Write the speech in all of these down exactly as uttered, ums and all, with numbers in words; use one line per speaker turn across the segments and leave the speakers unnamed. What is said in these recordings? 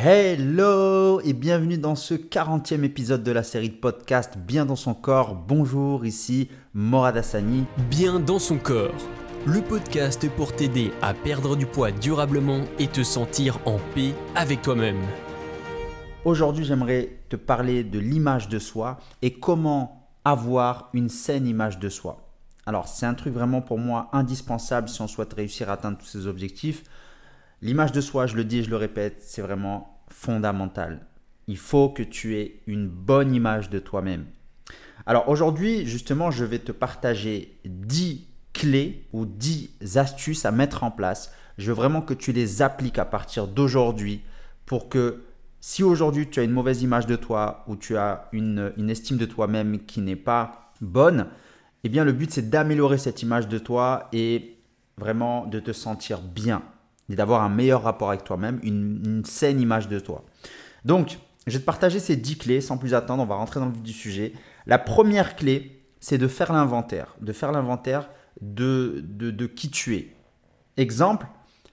Hello et bienvenue dans ce quarantième épisode de la série de podcast Bien dans son corps. Bonjour, ici Morad Hassani.
Bien dans son corps, le podcast pour t'aider à perdre du poids durablement et te sentir en paix avec toi-même.
Aujourd'hui, j'aimerais te parler de l'image de soi et comment avoir une saine image de soi. Alors, c'est un truc vraiment pour moi indispensable si on souhaite réussir à atteindre tous ces objectifs. L'image de soi, je le dis et je le répète, c'est vraiment fondamental. Il faut que tu aies une bonne image de toi-même. Alors aujourd'hui, justement, je vais te partager dix clés ou dix astuces à mettre en place. Je veux vraiment que tu les appliques à partir d'aujourd'hui pour que si aujourd'hui tu as une mauvaise image de toi ou tu as une, une estime de toi-même qui n'est pas bonne, eh bien le but c'est d'améliorer cette image de toi et vraiment de te sentir bien. Et d'avoir un meilleur rapport avec toi-même, une, une saine image de toi. Donc, je vais te partager ces dix clés sans plus attendre, on va rentrer dans le vif du sujet. La première clé, c'est de faire l'inventaire, de faire l'inventaire de, de, de qui tu es. Exemple,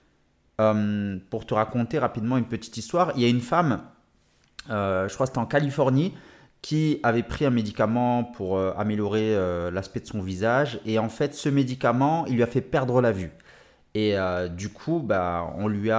euh, pour te raconter rapidement une petite histoire, il y a une femme, euh, je crois que c'était en Californie, qui avait pris un médicament pour euh, améliorer euh, l'aspect de son visage et en fait, ce médicament, il lui a fait perdre la vue. Et euh, du coup, bah, on, lui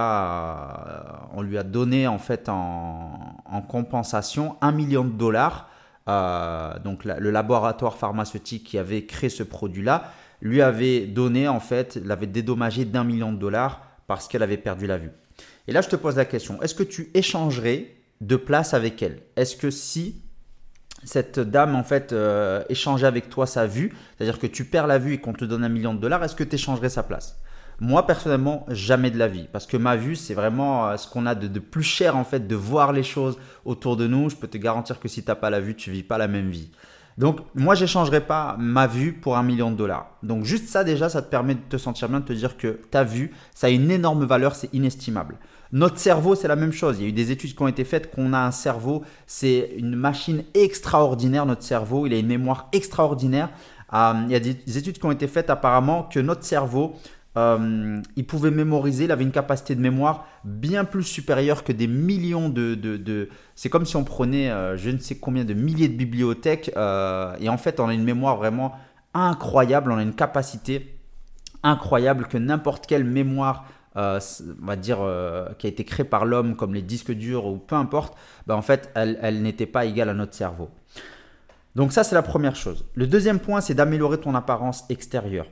a, on lui a donné en fait en, en compensation un million de dollars. Euh, donc la, le laboratoire pharmaceutique qui avait créé ce produit-là lui avait donné en fait, l'avait dédommagé d'un million de dollars parce qu'elle avait perdu la vue. Et là, je te pose la question, est-ce que tu échangerais de place avec elle? Est-ce que si cette dame en fait euh, échangeait avec toi sa vue, c'est-à-dire que tu perds la vue et qu'on te donne un million de dollars, est-ce que tu échangerais sa place? Moi, personnellement, jamais de la vie. Parce que ma vue, c'est vraiment ce qu'on a de, de plus cher, en fait, de voir les choses autour de nous. Je peux te garantir que si tu n'as pas la vue, tu ne vis pas la même vie. Donc, moi, je n'échangerai pas ma vue pour un million de dollars. Donc, juste ça, déjà, ça te permet de te sentir bien, de te dire que ta vue, ça a une énorme valeur, c'est inestimable. Notre cerveau, c'est la même chose. Il y a eu des études qui ont été faites qu'on a un cerveau, c'est une machine extraordinaire, notre cerveau. Il a une mémoire extraordinaire. Euh, il y a des études qui ont été faites apparemment que notre cerveau… Euh, il pouvait mémoriser, il avait une capacité de mémoire bien plus supérieure que des millions de… de, de c'est comme si on prenait euh, je ne sais combien de milliers de bibliothèques euh, et en fait on a une mémoire vraiment incroyable, on a une capacité incroyable que n'importe quelle mémoire euh, on va dire euh, qui a été créée par l'homme comme les disques durs ou peu importe, ben en fait elle, elle n'était pas égale à notre cerveau. Donc ça c'est la première chose. Le deuxième point c'est d'améliorer ton apparence extérieure.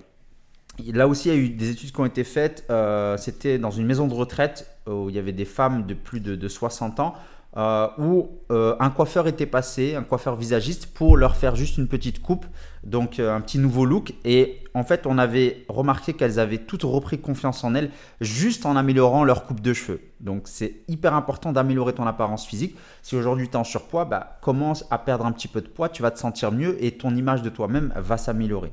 Là aussi, il y a eu des études qui ont été faites. Euh, c'était dans une maison de retraite où il y avait des femmes de plus de, de soixante ans euh, où euh, un coiffeur était passé, un coiffeur visagiste, pour leur faire juste une petite coupe, donc euh, un petit nouveau look. Et en fait, on avait remarqué qu'elles avaient toutes repris confiance en elles juste en améliorant leur coupe de cheveux. Donc, c'est hyper important d'améliorer ton apparence physique. Si aujourd'hui tu es en surpoids, bah, commence à perdre un petit peu de poids, tu vas te sentir mieux et ton image de toi-même va s'améliorer.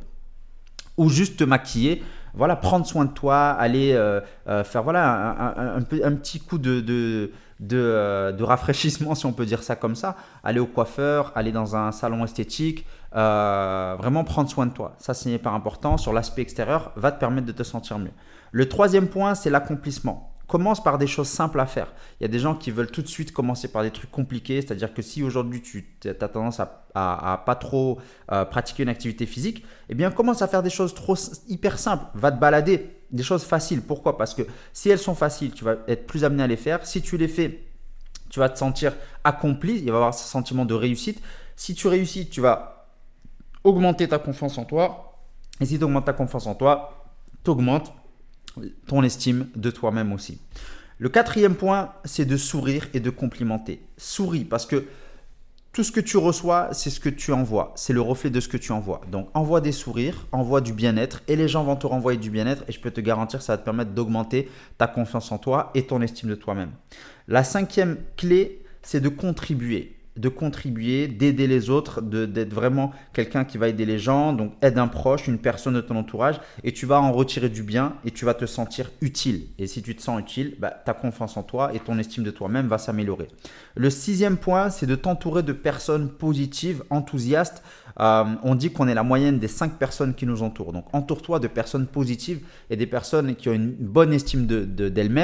Ou juste te maquiller, voilà, prendre soin de toi, aller euh, euh, faire voilà, un, un, un, un petit coup de, de, de, euh, de rafraîchissement, si on peut dire ça comme ça, aller au coiffeur, aller dans un salon esthétique, euh, vraiment prendre soin de toi. Ça, c'est hyper important. Sur l'aspect extérieur, va te permettre de te sentir mieux. Le troisième point, c'est l'accomplissement. Commence par des choses simples à faire. Il y a des gens qui veulent tout de suite commencer par des trucs compliqués, c'est-à-dire que si aujourd'hui tu as tendance à, à, à pas trop euh, pratiquer une activité physique, eh bien commence à faire des choses trop hyper simples. Va te balader, des choses faciles. Pourquoi? Parce que si elles sont faciles, tu vas être plus amené à les faire. Si tu les fais, tu vas te sentir accompli, il va y avoir ce sentiment de réussite. Si tu réussis, tu vas augmenter ta confiance en toi. Et si tu augmentes ta confiance en toi, tu augmentes ton estime de toi-même aussi. Le quatrième point, c'est de sourire et de complimenter. Souris parce que tout ce que tu reçois, c'est ce que tu envoies. C'est le reflet de ce que tu envoies. Donc, envoie des sourires, envoie du bien-être et les gens vont te renvoyer du bien-être et je peux te garantir que ça va te permettre d'augmenter ta confiance en toi et ton estime de toi-même. La cinquième clé, c'est de contribuer. de contribuer, d'aider les autres, de, d'être vraiment quelqu'un qui va aider les gens. Donc, aide un proche, une personne de ton entourage et tu vas en retirer du bien et tu vas te sentir utile. Et si tu te sens utile, bah, ta confiance en toi et ton estime de toi-même va s'améliorer. Le sixième point, c'est de t'entourer de personnes positives, enthousiastes. Euh, on dit qu'on est la moyenne des cinq personnes qui nous entourent. Donc, entoure-toi de personnes positives et des personnes qui ont une bonne estime de, de, d'elles-mêmes.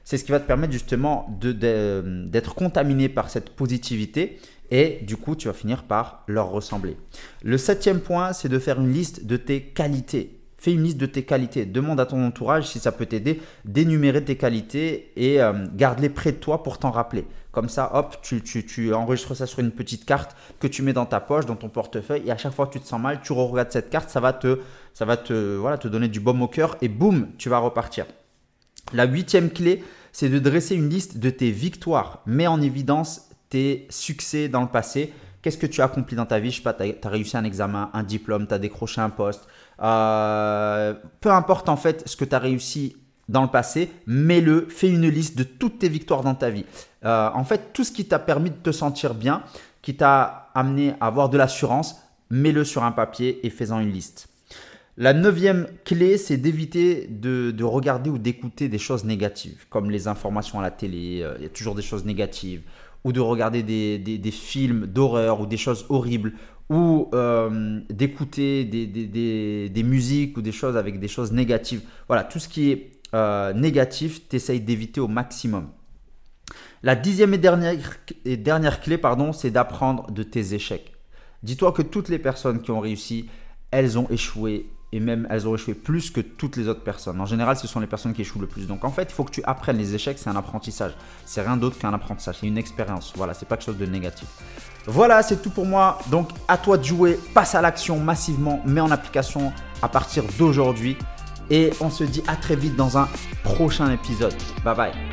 c'est ce qui va te permettre justement de, de, d'être contaminé par cette positivité et du coup, tu vas finir par leur ressembler. Le septième point, c'est de faire une liste de tes qualités. Fais une liste de tes qualités. Demande à ton entourage si ça peut t'aider d'énumérer tes qualités et euh, garde-les près de toi pour t'en rappeler. Comme ça, hop, tu, tu, tu enregistres ça sur une petite carte que tu mets dans ta poche, dans ton portefeuille et à chaque fois que tu te sens mal, tu regardes cette carte, ça va te, ça va te, voilà, te donner du baume au cœur et boum, tu vas repartir. La huitième clé, c'est de dresser une liste de tes victoires. Mets en évidence tes succès dans le passé. Qu'est-ce que tu as accompli dans ta vie? Je sais pas, tu as réussi un examen, un diplôme, tu as décroché un poste. Euh, peu importe en fait ce que tu as réussi dans le passé, mets-le, fais une liste de toutes tes victoires dans ta vie. Euh, en fait, tout ce qui t'a permis de te sentir bien, qui t'a amené à avoir de l'assurance, mets-le sur un papier et fais-en une liste. La neuvième clé, c'est d'éviter de, de regarder ou d'écouter des choses négatives, comme les informations à la télé, euh, il y a toujours des choses négatives, ou de regarder des, des, des films d'horreur ou des choses horribles, ou euh, d'écouter des, des, des, des musiques ou des choses avec des choses négatives. Voilà, tout ce qui est euh, négatif, tu essayes d'éviter au maximum. La dixième et dernière, et dernière clé, pardon, c'est d'apprendre de tes échecs. Dis-toi que toutes les personnes qui ont réussi, elles ont échoué et même elles ont échoué plus que toutes les autres personnes. En général, ce sont les personnes qui échouent le plus. Donc en fait, il faut que tu apprennes les échecs, c'est un apprentissage. C'est rien d'autre qu'un apprentissage, c'est une expérience. Voilà, c'est pas quelque chose de négatif. Voilà, c'est tout pour moi. Donc à toi de jouer, passe à l'action massivement, mets en application à partir d'aujourd'hui. Et on se dit à très vite dans un prochain épisode. Bye bye.